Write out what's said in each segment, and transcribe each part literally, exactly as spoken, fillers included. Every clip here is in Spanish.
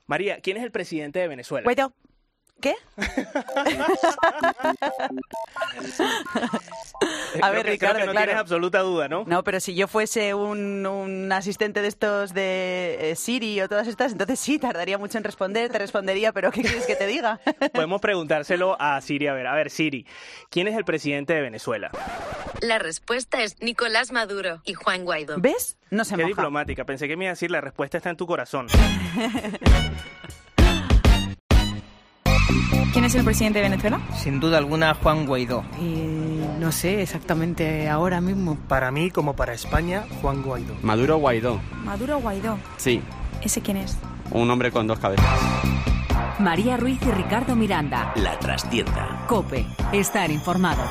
María, ¿quién es el presidente de Venezuela? Guaidó. ¿Qué? A ver, creo, Ricardo, creo que no claro. tienes absoluta duda, ¿no? No, pero si yo fuese un, un asistente de estos de eh, Siri o todas estas, entonces sí, tardaría mucho en responder, te respondería, pero ¿qué quieres que te diga? Podemos preguntárselo a Siri. A ver, a ver, Siri, ¿quién es el presidente de Venezuela? La respuesta es Nicolás Maduro y Juan Guaidó. ¿Ves? No se Qué moja. diplomática. Pensé que me iba a decir la respuesta está en tu corazón. ¿Quién es el presidente de Venezuela? Sin duda alguna, Juan Guaidó. Eh, no sé exactamente ahora mismo. Para mí, como para España, Juan Guaidó. Maduro Guaidó. ¿Maduro Guaidó? Sí. ¿Ese quién es? Un hombre con dos cabezas. María Ruiz y Ricardo Miranda. La Trastienda. COPE. Estar informado.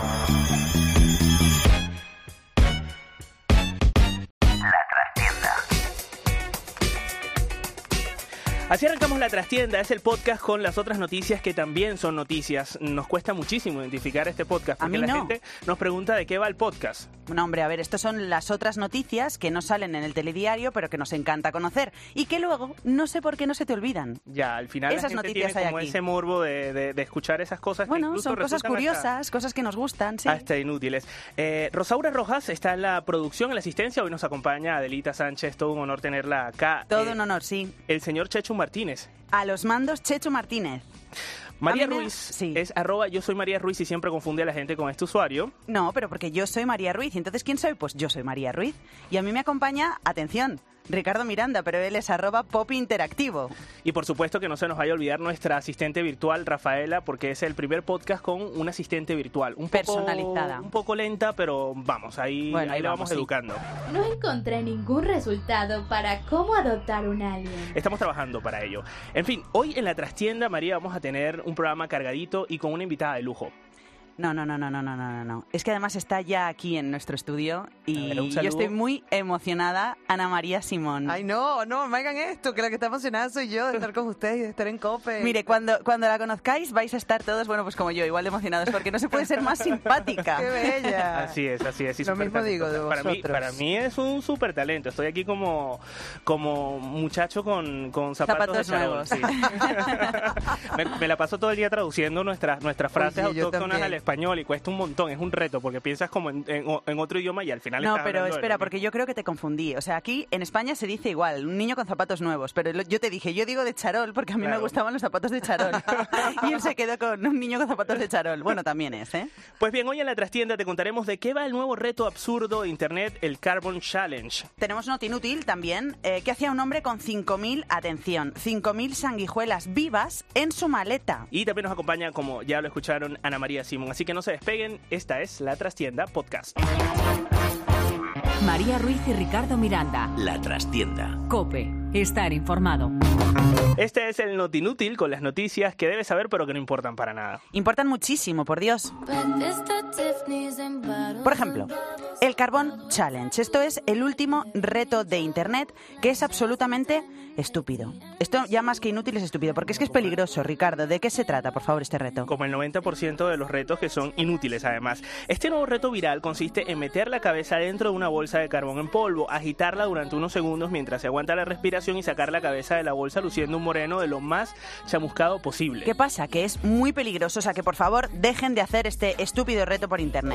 Así arrancamos La Trastienda, es el podcast con las otras noticias que también son noticias. Nos cuesta muchísimo identificar este podcast porque a mí la no. gente nos pregunta de qué va el podcast. No, hombre, a ver, estas son las otras noticias que no salen en el telediario, pero que nos encanta conocer y que luego no sé por qué no se te olvidan. Ya, al final esas la gente noticias tiene como hay aquí. ese morbo de, de, de escuchar esas cosas bueno, que incluso son cosas curiosas, hasta, cosas que nos gustan, sí. Hasta inútiles. Eh, Rosaura Rojas está en la producción, en la asistencia. Hoy nos acompaña Adelita Sánchez, todo un honor tenerla acá. Todo eh, un honor, sí. El señor Chechu Martínez. A los mandos, Chechu Martínez. María me... Ruiz sí. es arroba yo soy María Ruiz y siempre confunde a la gente con este usuario. No, pero porque yo soy María Ruiz. Entonces, ¿quién soy? Pues yo soy María Ruiz. Y a mí me acompaña, atención, Ricardo Miranda, pero él es arroba pop interactivo. Y por supuesto que no se nos vaya a olvidar nuestra asistente virtual, Rafaela, porque es el primer podcast con una asistente virtual. Un personalizada. Poco, un poco lenta, pero vamos, ahí, bueno, ahí, ahí la vamos, vamos sí. educando. No encontré ningún resultado para cómo adoptar un alien. Estamos trabajando para ello. En fin, hoy en La Trastienda, María, vamos a tener un programa cargadito y con una invitada de lujo. No, no, no, no, no, no, no, no. Es que además está ya aquí en nuestro estudio y ver, yo estoy muy emocionada. Ana María Simón. Ay, no, no, me hagan esto, que la que está emocionada soy yo de estar con ustedes y de estar en COPE. Mire, cuando, cuando la conozcáis vais a estar todos, bueno, pues como yo, igual de emocionados, porque no se puede ser más simpática. ¡Qué bella! Así es, así es. Lo mismo digo de para vosotros. mí, para mí es un súper talento. Estoy aquí como, como muchacho con, con zapatos, zapatos de charol, nuevos. Sí. me, me la paso todo el día traduciendo nuestras, nuestras frases Oye, autóctonas al español y cuesta un montón, es un reto, porque piensas como en, en, en otro idioma y al final No, estás pero hablando de espera, lo porque mismo. yo creo que te confundí. O sea, aquí en España se dice igual, un niño con zapatos nuevos, pero lo- yo te dije, yo digo de charol, porque a mí Claro. me gustaban los zapatos de charol. Y él se quedó con un niño con zapatos de charol. Bueno, también es, ¿eh? Pues bien, hoy en La Trastienda te contaremos de qué va el nuevo reto absurdo de internet, el Carbon Challenge. Tenemos nota inútil también, eh, que hacía un hombre con cinco mil, atención, cinco mil sanguijuelas vivas en su maleta. Y también nos acompaña, como ya lo escucharon, Ana María Simón. Así que no se despeguen, esta es La Trastienda Podcast. María Ruiz y Ricardo Miranda. La Trastienda. COPE. Estar informado. Este es el Notinútil con las noticias que debes saber pero que no importan para nada. Importan muchísimo, por Dios. Por ejemplo, el Carbon Challenge. Esto es el último reto de Internet que es absolutamente estúpido. Esto ya más que inútil es estúpido, porque es que es peligroso, Ricardo. ¿De qué se trata, por favor, este reto? Como el noventa por ciento de los retos que son inútiles además. Este nuevo reto viral consiste en meter la cabeza dentro de una bolsa de carbón en polvo, agitarla durante unos segundos mientras se aguanta la respiración y sacar la cabeza de la bolsa luciendo un moreno de lo más chamuscado posible. ¿Qué pasa? Que es muy peligroso, o sea que por favor dejen de hacer este estúpido reto por internet.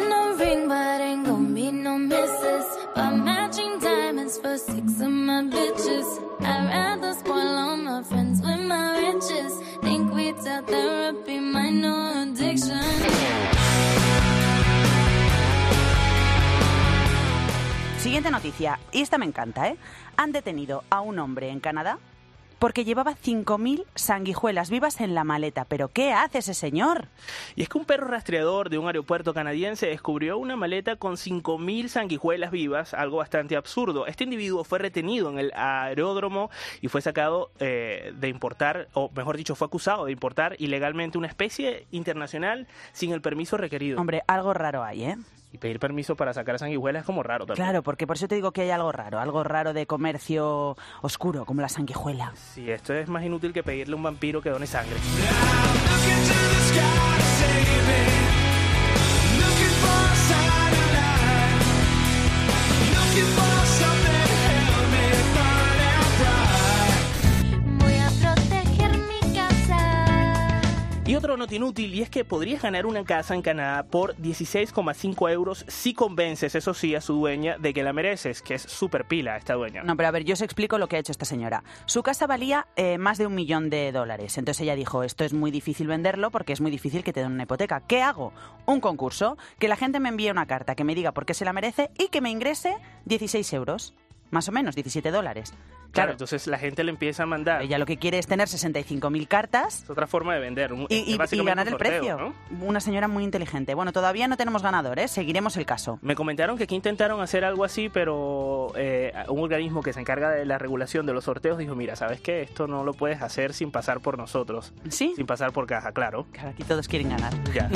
Siguiente noticia, y esta me encanta, ¿eh? Han detenido a un hombre en Canadá porque llevaba cinco mil sanguijuelas vivas en la maleta. ¿Pero qué hace ese señor? Y es que un perro rastreador de un aeropuerto canadiense descubrió una maleta con cinco mil sanguijuelas vivas, algo bastante absurdo. Este individuo fue retenido en el aeródromo y fue sacado eh, de importar, o mejor dicho, fue acusado de importar ilegalmente una especie internacional sin el permiso requerido. Hombre, algo raro hay, ¿eh? Y pedir permiso para sacar sanguijuelas es como raro también. Claro, porque por eso te digo que hay algo raro, algo raro de comercio oscuro, como la sanguijuela. Sí, esto es más inútil que pedirle a un vampiro que done sangre. Voy a otro noti inútil, y es que podrías ganar una casa en Canadá por dieciséis coma cinco euros si convences, eso sí, a su dueña de que la mereces, que es súper pila esta dueña. No, pero a ver, yo os explico lo que ha hecho esta señora. Su casa valía eh, más de un millón de dólares. Entonces ella dijo, esto es muy difícil venderlo porque es muy difícil que te den una hipoteca. ¿Qué hago? Un concurso, que la gente me envíe una carta, que me diga por qué se la merece y que me ingrese dieciséis euros. Más o menos, diecisiete dólares. Claro, Claro, entonces la gente le empieza a mandar. ella lo que quiere es tener sesenta y cinco mil cartas Es otra forma de vender. Un, y, y- es básicamente y ganar un el sorteo, precio. ¿no? Una señora muy inteligente. Bueno, todavía no tenemos ganador, ¿eh? Seguiremos el caso. Me comentaron que aquí intentaron hacer algo así, pero eh, un organismo que se encarga de la regulación de los sorteos dijo, mira, ¿sabes qué? Esto no lo puedes hacer sin pasar por nosotros. ¿Sí? Sin pasar por caja, claro. Claro, aquí todos quieren ganar. Ya.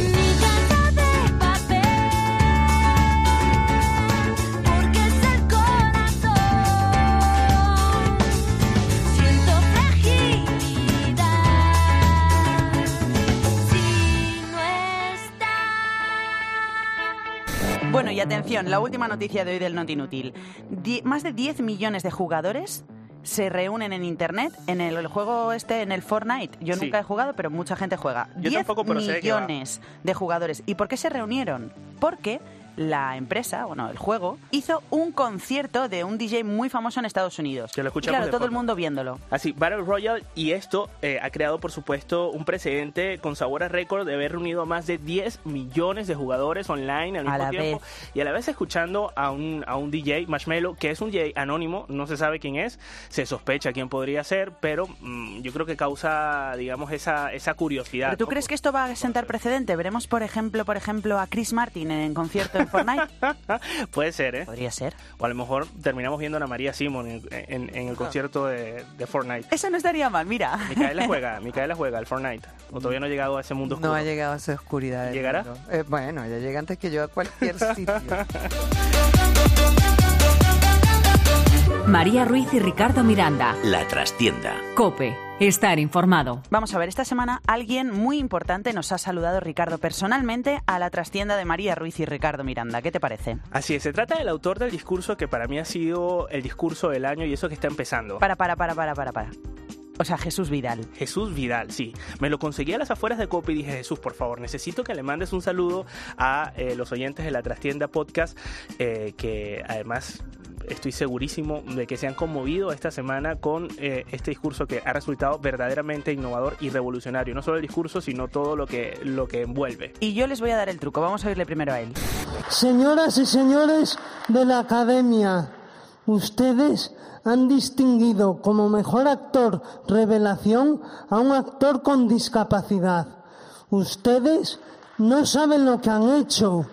Bueno, y atención, la última noticia de hoy del Noti Inútil. Die- más de diez millones de jugadores se reúnen en internet en el juego este, en el Fortnite. Yo Sí. nunca he jugado, pero mucha gente juega. Yo diez tampoco, pero sé de qué va. millones de jugadores. ¿Y por qué se reunieron? Porque la empresa, bueno, el juego, hizo un concierto de un D J muy famoso en Estados Unidos. Que lo Y escuchamos claro, de todo el fondo. mundo viéndolo. Así, Battle Royale, y esto eh, ha creado, por supuesto, un precedente con sabor a récord de haber reunido a más de diez millones de jugadores online al A mismo la tiempo. vez. Y a la vez escuchando a un, a un D J, Marshmello, que es un D J anónimo, no se sabe quién es, se sospecha quién podría ser, pero mmm, yo creo que causa, digamos, esa, esa curiosidad. ¿Pero tú ¿no? crees que esto va a sentar precedente? ¿Veremos, por ejemplo, por ejemplo, a Chris Martin en concierto en Fortnite? Puede ser, ¿eh? Podría ser. O a lo mejor terminamos viendo a Ana María Simon en, en- en el concierto de, de Fortnite. Eso no estaría mal, mira. Micaela juega, Micaela juega al Fortnite. O todavía no ha llegado a ese mundo oscuro. No ha llegado a esa oscuridad. del ¿Llegará? mundo. Eh, bueno, ella llega antes que yo a cualquier sitio. María Ruiz y Ricardo Miranda. La trastienda. Cope. Estar informado. Vamos a ver, esta semana alguien muy importante nos ha saludado, Ricardo, personalmente a la trastienda de María Ruiz y Ricardo Miranda. ¿Qué te parece? Así es, se trata del autor del discurso que para mí ha sido el discurso del año y eso que está empezando. Para, para, para, para, para, para. O sea, Jesús Vidal. Jesús Vidal, sí. Me lo conseguí a las afueras de Cope y dije, Jesús, por favor, necesito que le mandes un saludo a eh, los oyentes de la Trastienda Podcast, eh, que además estoy segurísimo de que se han conmovido esta semana con eh, este discurso que ha resultado verdaderamente innovador y revolucionario. No solo el discurso, sino todo lo que, lo que envuelve. Y yo les voy a dar el truco. Vamos a oírle primero a él. Señoras y señores de la Academia, ustedes han distinguido como mejor actor revelación a un actor con discapacidad. Ustedes no saben lo que han hecho.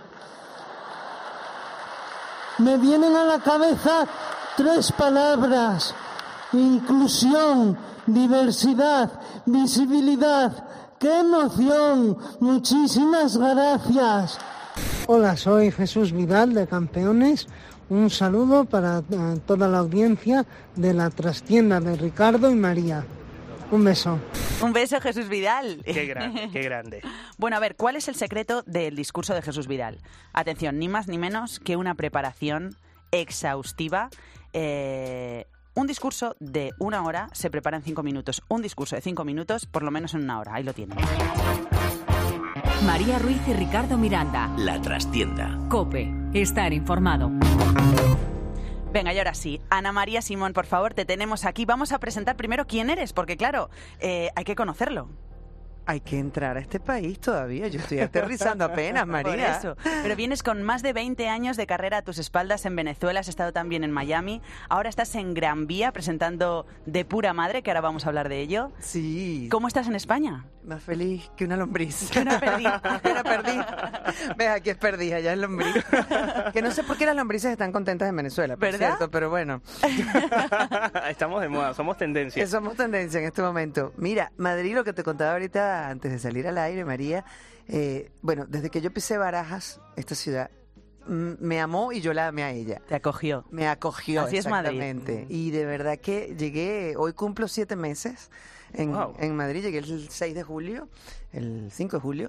Me vienen a la cabeza tres palabras: inclusión, diversidad, visibilidad. ¡Qué emoción! Muchísimas gracias. Hola, soy Jesús Vidal de Campeones. Un saludo para uh, toda la audiencia de la trastienda de Ricardo y María. Un beso. Un beso, Jesús Vidal. Qué grande, qué grande. Bueno, a ver, ¿cuál es el secreto del discurso de Jesús Vidal? Atención, ni más ni menos que una preparación exhaustiva. Eh, un discurso de una hora se prepara en cinco minutos. Un discurso de cinco minutos, por lo menos en una hora. Ahí lo tienen. María Ruiz y Ricardo Miranda. La trastienda. Cope. Estar informado. Venga, y ahora sí, Ana María Simón, por favor, te tenemos aquí. Vamos a presentar primero quién eres, porque claro, eh, hay que conocerlo. Hay que entrar a este país todavía. Yo estoy aterrizando apenas, María. Por eso. Pero vienes con más de veinte años de carrera a tus espaldas en Venezuela, has estado también en Miami, ahora estás en Gran Vía presentando De Pura Madre, que ahora vamos a hablar de ello. Sí. ¿Cómo estás en España? Más feliz que una lombriz. Que una perdiz. Que una perdiz. Ves, aquí es perdiz, allá es lombriz. Que no sé por qué las lombrices están contentas en Venezuela, por ¿verdad? cierto, pero bueno. Estamos de moda, somos tendencia. Que somos tendencia en este momento. Mira, Madrid, lo que te contaba ahorita antes de salir al aire, María, eh, bueno, desde que yo pisé Barajas, esta ciudad, mm, me amó y yo la amé a ella. Te acogió. Me acogió, Así es Madrid. exactamente. Y de verdad que llegué, hoy cumplo siete meses en, Wow. en Madrid, llegué el seis de julio, el cinco de julio.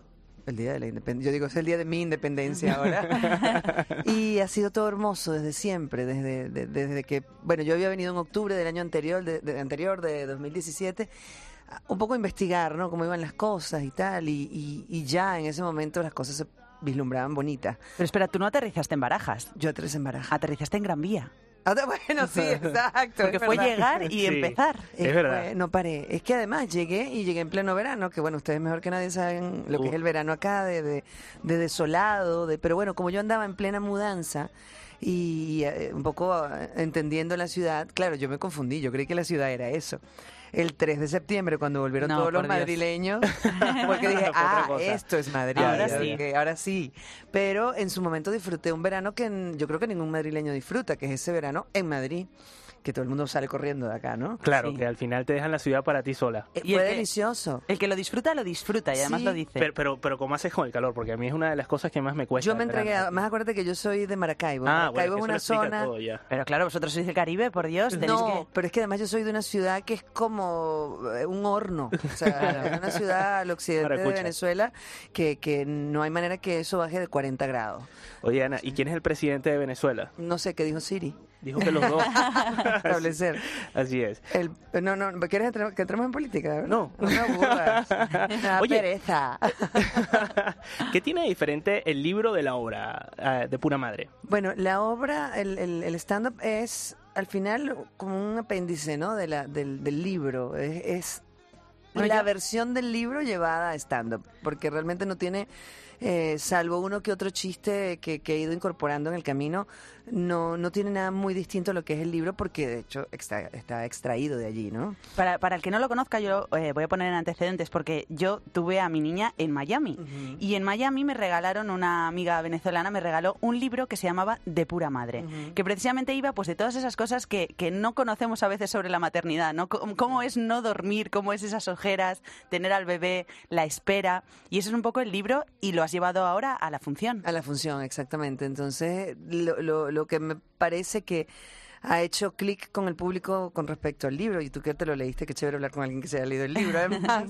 el día de la independencia. Yo digo, es el día de mi independencia ahora. Y ha sido todo hermoso desde siempre, desde, de, desde que, bueno, yo había venido en octubre del año anterior, de, de anterior, de dos mil diecisiete, un poco a investigar, ¿no? Cómo iban las cosas y tal, y, y, y ya en ese momento las cosas se vislumbraban bonitas. Pero espera, tú no aterrizaste en Barajas. Yo aterricé en Barajas. Aterrizaste en Gran Vía. Ah, bueno, sí, exacto. Porque fue llegar y Sí, empezar. es Eh, verdad. fue- no paré. Es que además llegué y llegué en pleno verano, que bueno, ustedes mejor que nadie saben lo que Uh. es el verano acá, de, de, de desolado, de, pero bueno, como yo andaba en plena mudanza y eh, un poco eh, entendiendo la ciudad, claro, yo me confundí, yo creí que la ciudad era eso. El tres de septiembre, cuando volvieron No, todos los por Dios. madrileños, porque dije, Fue otra ah, cosa. esto es Madrid. Ahora ok, sí. ahora sí. Pero en su momento disfruté un verano que n- yo creo que ningún madrileño disfruta, que es ese verano en Madrid, que todo el mundo sale corriendo de acá, ¿no? Claro, Sí. que al final te dejan la ciudad para ti sola. Eh, Y Fue el que- delicioso. El que lo disfruta, lo disfruta y además Sí, lo dice. Pero, pero, pero ¿cómo haces con el calor? Porque a mí es una de las cosas que más me cuesta. Yo me el entregué, verano. a- más acuérdate que yo soy de Maracaibo. Ah, bueno, Maracaibo que es eso una lo explica zona... todo ya. Pero claro, vosotros sois del Caribe, por Dios, tenéis No, que... pero es que además yo soy de una ciudad que es como eh, un horno. O sea, es una ciudad al occidente de Maracucha. Venezuela que, que no hay manera que eso baje de cuarenta grados. Oye, Ana, ¿y quién es el presidente de Venezuela? No sé qué dijo Siri. Dijo que los dos. Establecer. Así es. El, no, no, ¿quieres entrar- que entremos en política? ¿verdad? No. No me aburras. Me da Oye. pereza. ¿Qué tiene de diferente el libro de la obra eh, de Pura Madre? Bueno, la obra, el, el, el stand-up es al final como un apéndice, ¿no? De la, del, del libro. Es, es Bueno, la yo- versión del libro llevada a stand-up, porque realmente no tiene, eh, salvo uno que otro chiste que, que he ido incorporando en el camino, no, no tiene nada muy distinto a lo que es el libro, porque de hecho está, está extraído de allí, ¿no? Para, para el que no lo conozca, yo eh, voy a poner en antecedentes porque yo tuve a mi niña en Miami. Y en Miami me regalaron, una amiga venezolana me regaló un libro que se llamaba De Pura Madre, Ujú. que precisamente iba pues de todas esas cosas que, que no conocemos a veces sobre la maternidad, ¿no? C- Cómo es no dormir, cómo es esas ojeras, tener al bebé, la espera. Y eso es un poco el libro y lo has llevado ahora a la función. A la función, exactamente. Entonces, lo, lo, lo que me parece que ha hecho clic con el público con respecto al libro, y tú que te lo leíste, qué chévere hablar con alguien que se haya leído el libro, además,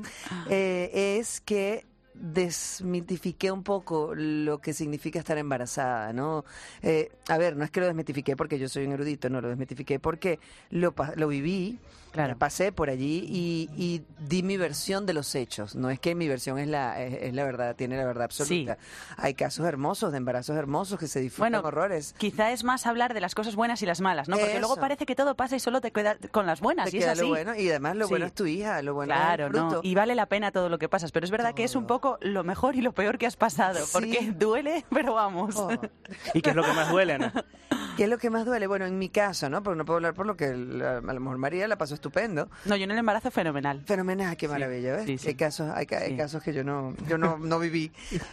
eh, es que desmitifiqué un poco lo que significa estar embarazada, ¿no? Eh, a ver, no es que lo desmitifiqué porque yo soy un erudito, no, lo desmitifiqué porque lo, pa- lo viví, Claro. pasé por allí y, y di mi versión de los hechos. No es que mi versión es la, es, es la verdad, tiene la verdad absoluta. Hay casos hermosos, de embarazos hermosos que se disfrutan Bueno, horrores. quizá es más hablar de las cosas buenas y las malas, ¿no? Porque Eso. luego parece que todo pasa y solo te quedas con las buenas, Te y es queda así. lo bueno, y además lo Sí. bueno es tu hija, lo bueno Claro, es el fruto. no. Y vale la pena todo lo que pasas, pero es verdad que es un poco lo mejor y lo peor que has pasado, Sí. porque duele, pero vamos. Oh. ¿Y qué es lo que más duele, Ana? ¿Qué es lo que más duele? Bueno, en mi caso, ¿no? Porque no puedo hablar por lo que la- a lo mejor María la pasó estupendo. No, yo en el embarazo fenomenal. Fenomenal, qué maravilla, ¿ves? sí, sí. Hay casos, hay, ca- hay Sí. casos que yo no, yo no, no viví.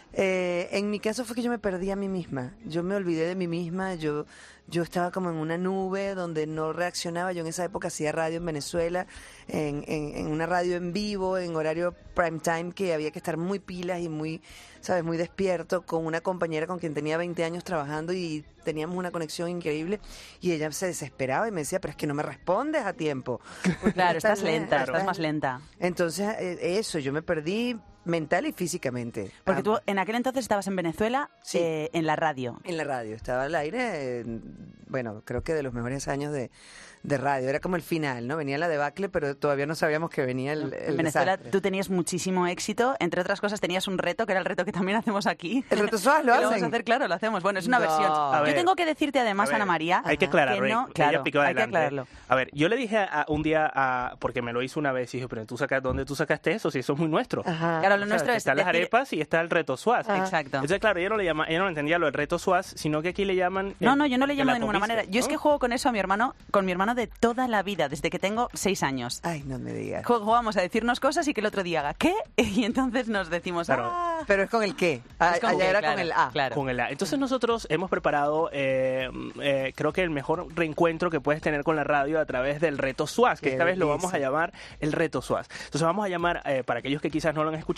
Eh, en mi caso fue que yo me perdí a mí misma. Yo me olvidé de mí misma. Yo, yo estaba como en una nube donde no reaccionaba. Yo en esa época hacía radio en Venezuela, en, en, en una radio en vivo, en horario prime time, que había que estar muy pilas y muy, ¿sabes? Muy despierto, con una compañera con quien tenía veinte años trabajando y teníamos una conexión increíble. Y ella se desesperaba y me decía, pero es que no me respondes a tiempo. Porque Claro, estás estás lenta, lenta, estás más lenta. Entonces, eh, eso, yo me perdí mental y físicamente. Porque Ah, tú en aquel entonces estabas en Venezuela, Sí. eh, en la radio. En la radio, estaba al aire, eh, bueno, creo que de los mejores años de, de radio. Era como el final, ¿no? Venía la debacle, pero todavía no sabíamos que venía el, el En Venezuela desastre. tú tenías muchísimo éxito, entre otras cosas tenías un reto, que era el reto que también hacemos aquí. ¿El reto Suaz lo Que vamos hacen? a hacer, claro, lo hacemos. Bueno, es una No. versión. A Yo ver. tengo que decirte además, A ver, Ana María, Hay que aclararlo. que no, ella claro, picó hay que adelante. aclararlo. A ver, yo le dije a, un día, a, porque me lo hizo una vez, y dije, pero tú sacas, ¿dónde tú sacaste eso? Si eso es muy nuestro. Ajá. Claro, lo O sea, nuestro que es están las decir- arepas y está el reto Suaz. Exacto. Entonces, claro, ella no le llama, ella no entendía lo del reto Suaz, sino que aquí le llaman... No, el- no, yo no le el llamo de ninguna atomice, manera. Yo es ¿no? que juego con eso a mi hermano, con mi hermano de toda la vida, desde que tengo seis años. Ay, no me digas. Ju- Jugamos a decirnos cosas y que el otro día haga ¿qué? Y entonces nos decimos Claro. ¡ah! Pero es con el qué. Ah, Es con allá qué, era claro, con el A. claro. Con el A. Entonces nosotros hemos preparado, eh, eh, creo que el mejor reencuentro que puedes tener con la radio a través del reto Suaz, que Qué esta vez lo delicia. vamos a llamar el reto Suaz. Entonces vamos a llamar, eh, para aquellos que quizás no lo han escuchado,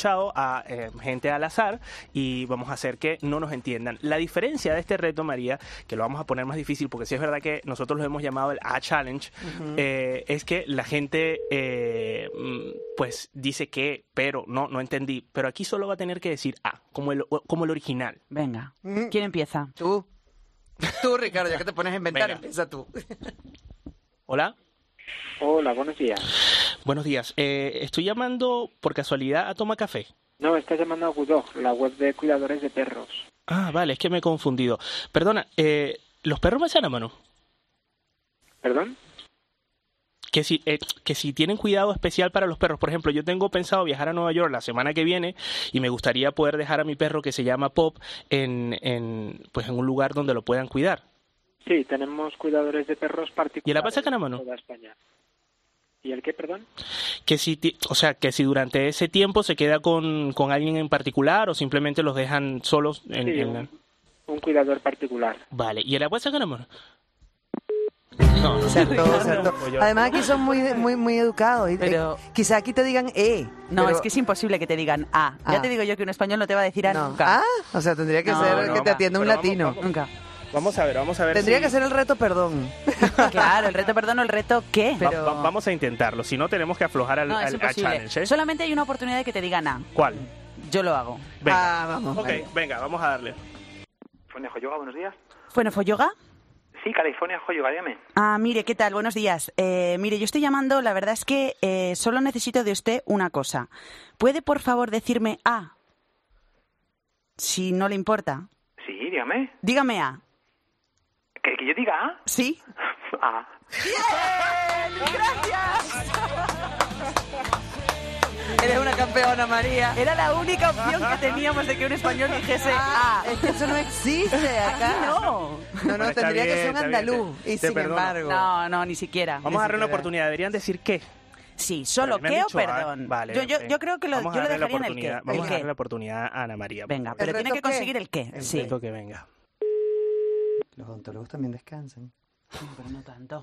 escuchado a eh, gente al azar y vamos a hacer que no nos entiendan. La diferencia de este reto, María, que lo vamos a poner más difícil porque sí es verdad que nosotros lo hemos llamado el A Challenge, uh-huh. eh, es que la gente eh, pues dice que, pero, no, no entendí, pero aquí solo va a tener que decir A, como el, como el original. Venga, ¿quién empieza? Tú. Tú, Ricardo, ya que te pones a inventar, Venga. empieza tú. Hola. Hola, buenos días. Buenos días. Eh, estoy llamando por casualidad a Toma Café. No, estás llamando a Gudog, la web de cuidadores de perros. Ah, vale, es que me he confundido. Perdona, eh, ¿los perros me a mano? ¿Perdón? Que si, eh, que si tienen cuidado especial para los perros. Por ejemplo, yo tengo pensado viajar a Nueva York la semana que viene y me gustaría poder dejar a mi perro que se llama Pop en, en, pues en un lugar donde lo puedan cuidar. Sí, tenemos cuidadores de perros particulares. ¿Y la pasa a mano? En toda España. ¿Y el qué, perdón? Que si, o sea, que si durante ese tiempo se queda con, con alguien en particular o simplemente los dejan solos en, sí, en un, la... un cuidador particular. Vale, ¿y el agua saca la mano? No, no Cierto, no, cierto. no, yo... Además aquí son muy muy muy educados. Pero... Eh, quizá aquí te digan E. No, pero... es que es imposible que te digan A. Ah. Ya te digo yo que un español no te va a decir A no. nunca. ¿Ah? O sea, tendría que no, ser no, que te va, atienda un pero latino. Vamos, vamos, nunca. Vamos a ver, vamos a ver Tendría si... que ser el reto perdón. Claro, el reto perdón o el reto ¿qué? Pero... Va, va, vamos a intentarlo, si no tenemos que aflojar al, no, al, al challenge, ¿eh? Solamente hay una oportunidad de que te digan A. ¿Cuál? Yo lo hago. Venga. Ah, vamos. Ok, vale. venga, vamos a darle. California Hot Yoga, buenos días. ¿Bueno, fue yoga? Sí, California Hot Yoga, dígame. Ah, mire, ¿qué tal? Buenos días. Eh, mire, yo estoy llamando, la verdad es que eh, solo necesito de usted una cosa. ¿Puede, por favor, decirme A? Si no le importa. Sí, dígame. Dígame A. ¿Que, que yo diga A? ¿Sí? A. ¡Bien! ¡Gracias! Eres una campeona, María. Era la única opción que teníamos de que un español dijese Ah, A. es que eso no existe acá. Aquí no. No, no, Bueno, está tendría bien, que ser un está bien, andaluz. te- y te sin perdono. embargo. No, no, ni siquiera. Vamos Ni a darle una siquiera. oportunidad, deberían decir qué. Sí, solo Vale, me han qué o dicho A. perdón. Vale, yo, yo, ok. yo creo que lo, Vamos a yo lo darle la dejaría en el qué. oportunidad- Vamos El a qué. darle la oportunidad a Ana María. Venga, ¿El pero tiene reto que qué? conseguir el qué. El Sí. reto que venga. Los odontólogos también descansan. Pero no tanto.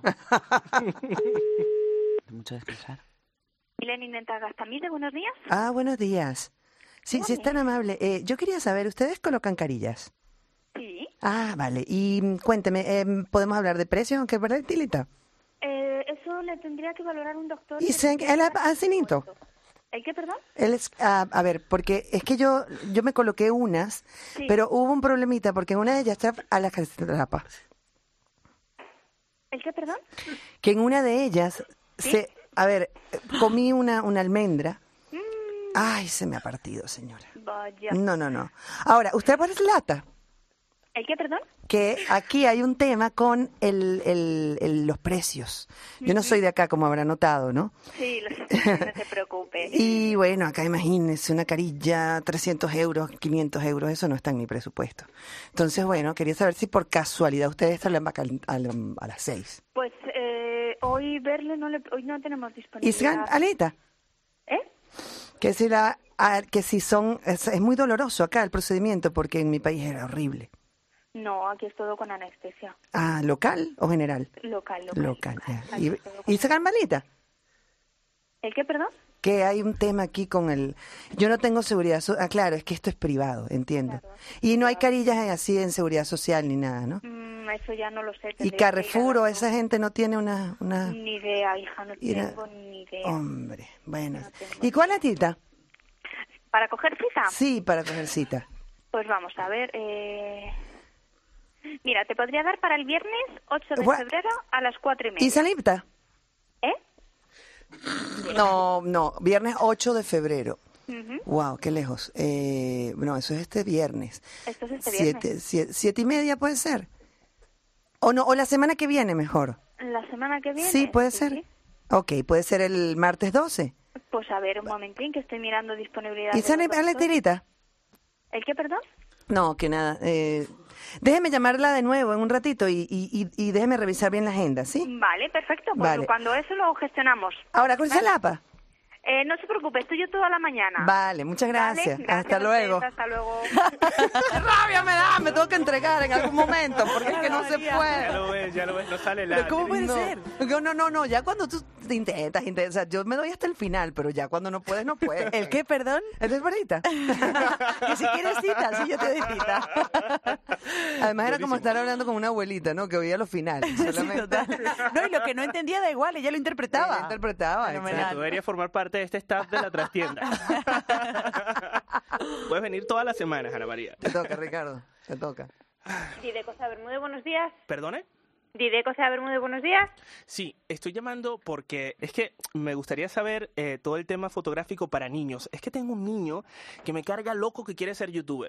Mucho descansar. Milen Intenta Gastamide, buenos días. Ah, buenos días. Sí, sí, es tan amable. Eh, yo quería saber, ¿ustedes colocan carillas? Sí. Ah, vale. Y mm, cuénteme, eh, ¿podemos hablar de precios, aunque es verdad, Tilita? Eh, eso le tendría que valorar un doctor. ¿Y que se, tenga él hace nito? ¿El qué, perdón? Él es, ah, a ver, porque es que yo yo me coloqué unas, Sí. pero hubo un problemita, porque en una de ellas está a la trapa. ¿El qué, perdón? Que en una de ellas, ¿Sí? se, a ver, comí una, una almendra. Mm, Ay, se me ha partido, señora. vaya. No, no, no. Ahora, ¿usted parece lata? ¿El qué, perdón? Que aquí hay un tema con el, el, el- los precios. Yo no soy de acá, como habrá notado, ¿no? Sí, lo sé, no se preocupe. Y bueno, acá imagínese una carilla, trescientos euros, quinientos euros, eso no está en mi presupuesto. Entonces, bueno, quería saber si por casualidad ustedes salen a, cal- a la- a las seis. Pues eh, hoy verle no le, hoy no tenemos ¿Y disponibilidad. Aleta? ¿Eh? Que si, la, a- que si son... Es, es muy doloroso acá el procedimiento, porque en mi país era horrible. No, aquí es todo con anestesia. Ah, ¿local o general? Local, local. Local. ya. Aquí ¿Y, es todo con- ¿y sacan maleta? ¿El qué, perdón? Que hay un tema aquí con el... Yo no tengo seguridad... So... Ah, claro, es que esto es privado, entiendo. Claro, Y no hay carillas así en seguridad social ni nada, ¿no? Mm, eso ya no lo sé. Y tendría que Carrefour ir a o ver. esa gente no tiene una... una... Ni idea, hija, no Ir a- tengo ni idea. Hombre, bueno. No tengo ¿Y cuál es la cita? ¿Para coger cita? Sí, para coger cita. Pues vamos a ver. Eh... Mira, te podría dar para el viernes ocho de Gua- febrero a las cuatro y media. ¿Y Salipta? ¿Eh? No, no, viernes ocho de febrero. Ujú. Wow, qué lejos. Eh, no, eso es este viernes. Esto es este Siete, viernes. siete, siete y media puede ser. O no, o la semana que viene mejor. ¿La semana que viene? Sí, puede ser. sí. Ok, puede ser el martes doce. Pues a ver, un momentín, que estoy mirando disponibilidad. ¿Y de sale los a la doctores. tirita? ¿El qué, perdón? No, que nada. Eh, déjeme llamarla de nuevo en un ratito y, y, y, y déjeme revisar bien la agenda, ¿sí? Vale, perfecto. Pues Vale. cuando eso lo gestionamos. Ahora, ¿con Salapa? Eh, no se preocupe, estoy yo toda la mañana. Vale, muchas gracias. Vale, gracias Hasta a luego. ustedes, hasta luego. ¡Qué rabia me da! Me tengo que entregar en algún momento porque es que no se Ya puede. lo ves, ya lo ves, no sale la... ¿Pero cómo puede No. ser? No, no, no, no, ya cuando tú te intentas, intentas, o sea, yo me doy hasta el final, pero ya cuando no puedes, no puedes. ¿El qué, perdón? ¿Eres bonita? Que si quieres cita, sí, yo te doy cita. Además era como estar hablando con una abuelita, ¿no? Que oía los finales. Sí, Solamente. total. No, y lo que no entendía da igual, ella lo interpretaba. Ella interpretaba, Fenomenal. exacto. Tú deberías formar parte de este staff de la trastienda. Puedes venir todas las semanas, Ana María. Te toca, Ricardo, te toca. Dideco Sea Bermúdez, buenos días. ¿Perdone? Dideco Sea Bermúdez, buenos días. Sí, estoy llamando porque es que me gustaría saber eh, todo el tema fotográfico para niños. Es que tengo un niño que me carga loco que quiere ser youtuber.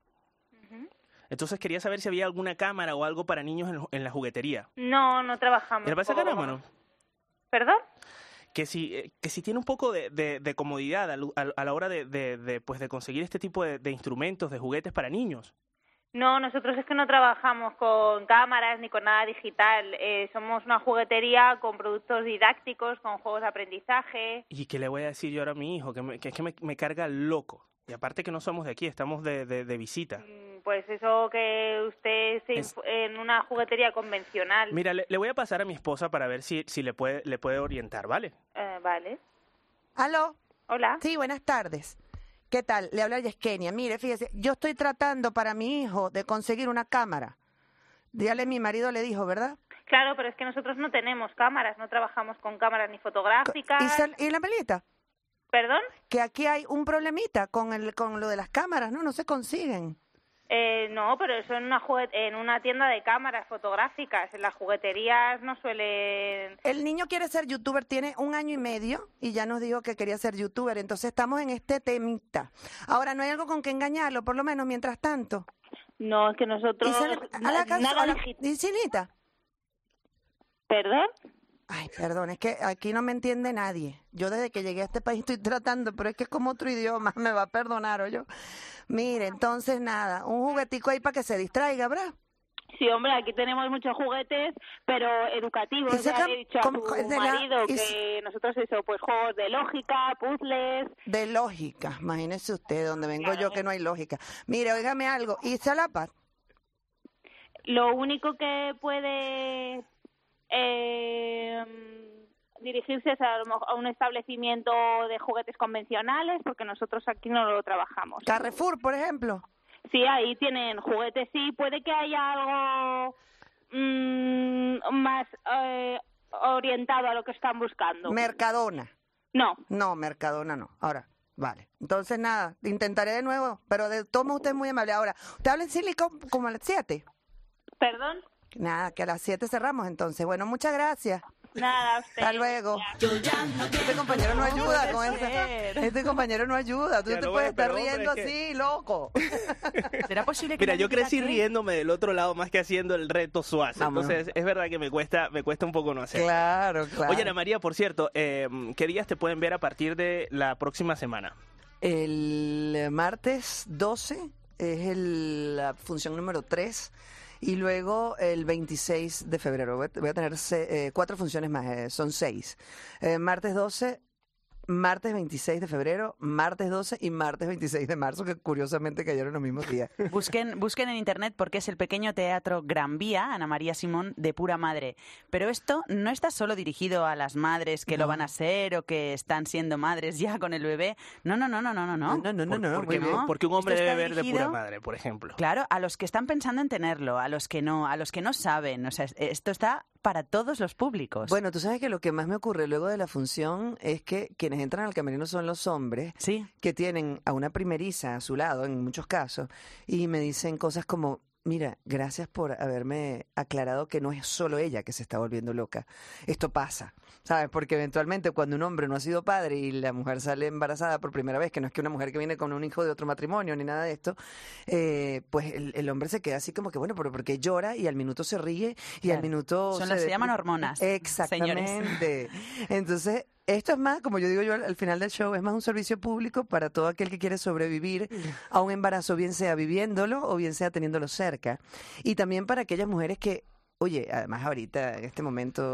Entonces quería saber si había alguna cámara o algo para niños en, en la juguetería. No, no trabajamos. ¿Y le pasa con- cara, mano? ¿Perdón? Que si, eh, que si tiene un poco de, de, de comodidad a, lu- a- a la hora de, de, de, pues de conseguir este tipo de, de instrumentos, de juguetes para niños. No, nosotros es que no trabajamos con cámaras ni con nada digital. Eh, somos una juguetería con productos didácticos, con juegos de aprendizaje. ¿Y qué le voy a decir yo ahora a mi hijo? Que, me- que es que me, me carga loco. Y aparte que no somos de aquí, estamos de, de, de visita. Pues eso que usted esté Es- inf- en una juguetería convencional. Mira, le, le voy a pasar a mi esposa para ver si, si le puede le puede orientar, ¿vale? Eh, vale. ¿Aló? Hola. Sí, buenas tardes. ¿Qué tal? Le habla Yesenia. Mire, fíjese, yo estoy tratando para mi hijo de conseguir una cámara. Dígale, mi marido le dijo, ¿verdad? Claro, pero es que nosotros no tenemos cámaras, no trabajamos con cámaras ni fotográficas. ¿Y, sal- y la pelita? ¿Perdón? Que aquí hay un problemita con el con lo de las cámaras, ¿no? No se consiguen. Eh, no, pero eso en una juguet- en una tienda de cámaras fotográficas. En las jugueterías no suelen... El niño quiere ser youtuber, tiene un año y medio y ya nos dijo que quería ser youtuber, entonces estamos en este temita. Ahora, ¿no hay algo con que engañarlo, por lo menos mientras tanto? No, es que nosotros... ¿Y sale- a la canción- nada a la- digi- ¿Y Silita? ¿Perdón? Ay, perdón, es que aquí no me entiende nadie. Yo desde que llegué a este país estoy tratando, pero es que es como otro idioma, me va a perdonar, o yo. Mire, entonces nada, un juguetico ahí para que se distraiga, ¿verdad? Sí, hombre, aquí tenemos muchos juguetes, pero educativos. ¿Y se Ya cam- le he dicho a cómo- tu de la- marido y que nosotros eso, pues juegos de lógica, puzzles... De lógica, imagínese usted, donde vengo yo que no hay lógica. Mire, óigame algo, ¿y Salapa? Lo único que puede eh, dirigirse es a, lo mejor a un establecimiento de juguetes convencionales, porque nosotros aquí no lo trabajamos. Carrefour, por ejemplo. Sí, ahí tienen juguetes, sí. Puede que haya algo mm, más eh, orientado a lo que están buscando. Mercadona. No. No, Mercadona no. Ahora, vale. Entonces nada, intentaré de nuevo, pero de todo modo usted es muy amable. Ahora, ¿usted habla en Silicon como a las siete? ¿Perdón? Nada, que a las siete cerramos entonces. Bueno, muchas gracias. Nada, usted. Hasta luego. Este compañero no ayuda con eso. Este compañero no ayuda. Tú Ya no te no, puedes bueno, estar pero, hombre, riendo es que- así, loco. ¿Será posible que Mira, nadie yo crecí diga que- riéndome del otro lado más que haciendo el reto Suazo. Vámonos. Entonces, es verdad que me cuesta me cuesta un poco no hacerlo. Claro, claro. Oye, Ana María, por cierto, eh, ¿qué días te pueden ver a partir de la próxima semana? El martes doce es el- la función número tres. Y luego el veintiséis de febrero. Voy a, voy a tener se- eh, cuatro funciones más, eh, son seis. Eh, martes doce, martes veintiséis de febrero, martes doce y martes veintiséis de marzo, que curiosamente cayeron los mismos días. Busquen, busquen en internet porque es el pequeño teatro Gran Vía, Ana María Simón, de pura madre. Pero esto no está solo dirigido a las madres que lo van a ser o que están siendo madres ya con el bebé. No, no, no, no, no, no. No, no, no, ¿Por, no, por muy qué, bien. no? Porque un hombre Esto debe está ver de pura dirigido- madre, por ejemplo. Claro, a los que están pensando en tenerlo, a los que no, a los que no saben. O sea, es- esto está para todos los públicos. Bueno, tú sabes que lo que más me ocurre luego de la función es que quienes entran al camerino son los hombres sí. que tienen a una primeriza a su lado, en muchos casos, y me dicen cosas como, mira, gracias por haberme aclarado que no es solo ella que se está volviendo loca. Esto pasa, ¿sabes? Porque eventualmente cuando un hombre no ha sido padre y la mujer sale embarazada por primera vez, que no es que una mujer que viene con un hijo de otro matrimonio ni nada de esto, eh, pues el, el hombre se queda así como que, bueno, pero porque llora y al minuto se ríe y Claro. al minuto... Son se las- se de- llaman hormonas, Exactamente. Entonces, esto es más, como yo digo yo al, al final del show, es más un servicio público para todo aquel que quiere sobrevivir a un embarazo, bien sea viviéndolo o bien sea teniéndolo cerca. Y también para aquellas mujeres que, oye, además ahorita, en este momento,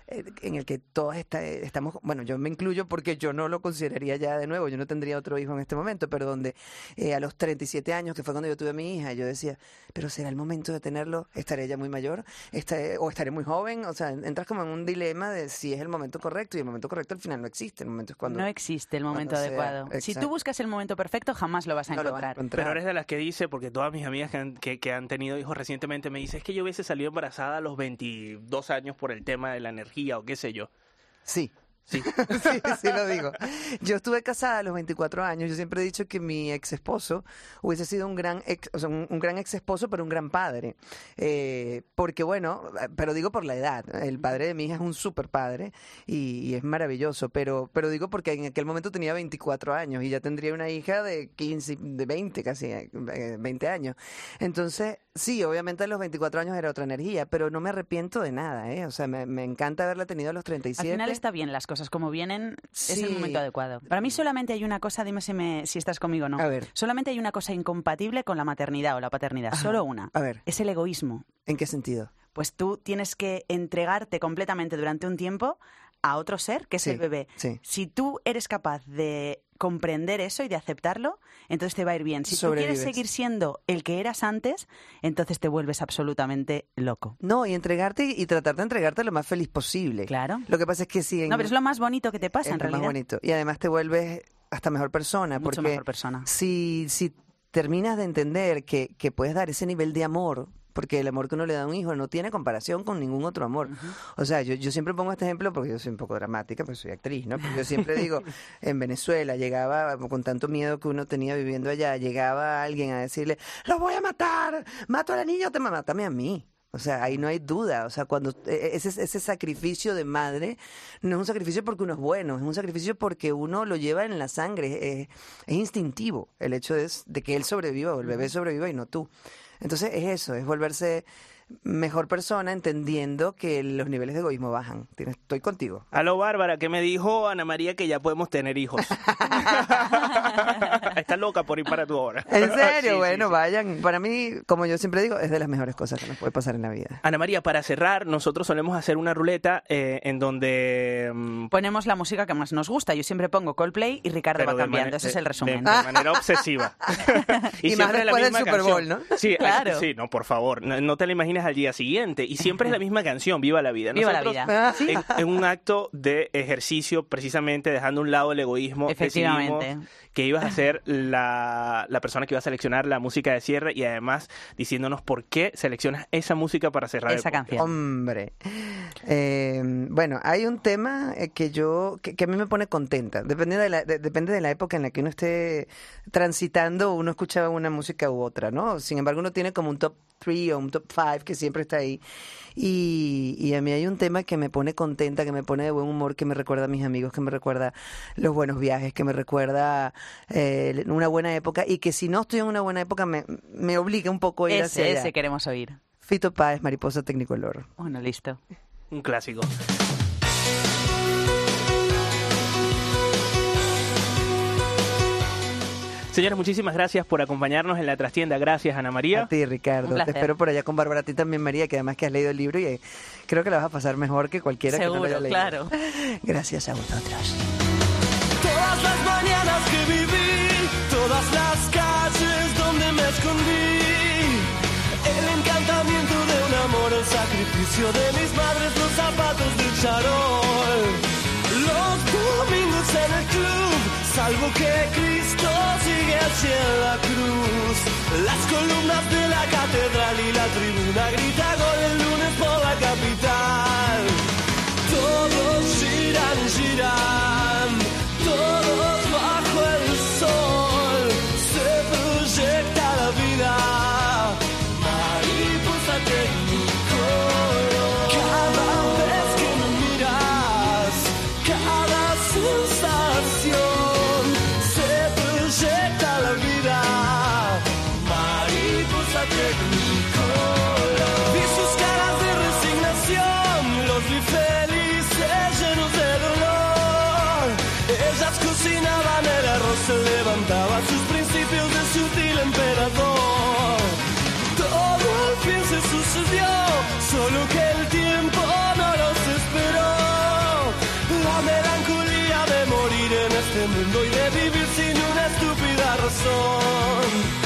eh, en el que todos está, estamos, bueno, yo me incluyo porque yo no lo consideraría ya de nuevo, yo no tendría otro hijo en este momento, pero donde eh, a los treinta y siete años, que fue cuando yo tuve a mi hija, yo decía, pero ¿será el momento de tenerlo? ¿Estaré ya muy mayor? ¿Estaré, ¿O estaré muy joven? O sea, entras como en un dilema de si es el momento correcto, y el momento correcto al final no existe, el momento es cuando... No existe el momento adecuado. Sea, si tú buscas el momento perfecto, jamás lo vas a, no encontrar. Lo vas a encontrar. Pero eres de las que dice, porque todas mis amigas que han, que, que han tenido hijos recientemente me dicen, es que yo hubiese salido embarazada a los veintidós años por el tema de la energía o qué sé yo. Sí. Sí. sí, sí lo digo. Yo estuve casada a los veinticuatro años. Yo siempre he dicho que mi ex esposo hubiese sido un gran ex, o sea, un, un gran ex esposo, pero un gran padre. Eh, porque bueno, pero digo por la edad. El padre de mi hija es un súper padre y, y es maravilloso. Pero, pero digo porque en aquel momento tenía veinticuatro años y ya tendría una hija de quince, de veinte, casi veinte años. Entonces, sí, obviamente a los veinticuatro años era otra energía, pero no me arrepiento de nada, ¿eh? O sea, me, me encanta haberla tenido a los treinta y siete. Al final está bien las cosas como vienen, sí. Es el momento adecuado. Para mí solamente hay una cosa, dime si, me, si estás conmigo o no. A ver. Solamente hay una cosa incompatible con la maternidad o la paternidad, Ajá. solo una. A ver. Es el egoísmo. ¿En qué sentido? Pues tú tienes que entregarte completamente durante un tiempo a otro ser, que es sí, el bebé. Sí. Si tú eres capaz de comprender eso y de aceptarlo, entonces te va a ir bien. Si tú quieres seguir siendo el que eras antes, entonces te vuelves absolutamente loco. No, y entregarte y tratar de entregarte lo más feliz posible. Claro. Lo que pasa es que si... En... No, pero es lo más bonito que te pasa, es en realidad. Es lo más bonito. Y además te vuelves hasta mejor persona. Mucho porque mejor persona. Si, si terminas de entender que, que puedes dar ese nivel de amor... Porque el amor que uno le da a un hijo no tiene comparación con ningún otro amor. Uh-huh. O sea, yo, yo siempre pongo este ejemplo porque yo soy un poco dramática, pues soy actriz, ¿no? Pero yo siempre digo, en Venezuela llegaba, con tanto miedo que uno tenía viviendo allá, llegaba alguien a decirle, ¡lo voy a matar! ¡Mato a la niña o te mátame a mí! O sea, ahí no hay duda. O sea, cuando ese, ese sacrificio de madre no es un sacrificio porque uno es bueno, es un sacrificio porque uno lo lleva en la sangre. Es, es instintivo el hecho de, de que él sobreviva o el bebé sobreviva y no tú. Entonces es eso, es volverse mejor persona entendiendo que los niveles de egoísmo bajan. Estoy contigo. Aló, Bárbara, ¿qué me dijo Ana María que ya podemos tener hijos? Está loca por ir para tu obra. ¿En serio? Sí, bueno, sí, sí. Vayan. Para mí, como yo siempre digo, es de las mejores cosas que nos puede pasar en la vida. Ana María, para cerrar, nosotros solemos hacer una ruleta eh, en donde... Um, ponemos la música que más nos gusta. Yo siempre pongo Coldplay y Ricardo va cambiando. Man- Ese de, es el resumen. De, de manera obsesiva. y y más después del Super Bowl, canción. ¿no? Sí, claro. Sí, no, por favor. No, no te la imaginas al día siguiente. Y siempre es la misma canción, Viva la Vida. Viva Nosotros, la vida. En, en un acto de ejercicio, precisamente dejando a un lado el egoísmo, efectivamente, decidimos que ibas a ser la, la persona que iba a seleccionar la música de cierre y además diciéndonos por qué seleccionas esa música para cerrar esa el canción. Hombre. Eh, bueno, hay un tema que yo que, que a mí me pone contenta. Depende de, la, de, depende de la época en la que uno esté transitando, uno escucha una música u otra, ¿no? Sin embargo, uno tiene como un top tres o un top cinco que siempre está ahí. Y, y a mí hay un tema que me pone contenta, que me pone de buen humor, que me recuerda a mis amigos, que me recuerda los buenos viajes, que me recuerda eh, una buena época y que si no estoy en una buena época me, me obliga un poco a ir ese, hacia allá. Ese queremos oír. Fito Páez, Mariposa Tecnicolor. Bueno, listo. Un clásico. Señores, muchísimas gracias por acompañarnos en la trastienda. Gracias, Ana María. A ti, Ricardo. Te espero por allá con Bárbara. A ti también, María, que además que has leído el libro y eh, creo que la vas a pasar mejor que cualquiera Seguro, que no lo haya leído. Claro. Gracias a vosotros. Todas las mañanas que viví, todas las calles donde me escondí, el encantamiento de un amor, el sacrificio de mis madres, los zapatos del charol, los domingos en el club, salvo que Cristo sigue hacia la cruz, las columnas de la catedral y la tribuna grita gol el lunes por la capital. Todos giran, giran, todos bajo el sol, se proyecta la vida, mariposa tecnicolor. Cada vez que me miras, cada sensación, se proyecta la vida, mariposa tecnicolor. Vi sus caras de resignación, los vi felices, llenos de dolor. Ellas cocinaban el arroz, se levantaba sus principios de sutil emperador. Todo al fin se sucedió, solo que el tiempo no los esperó. mundo y de vivir sin una estúpida razón.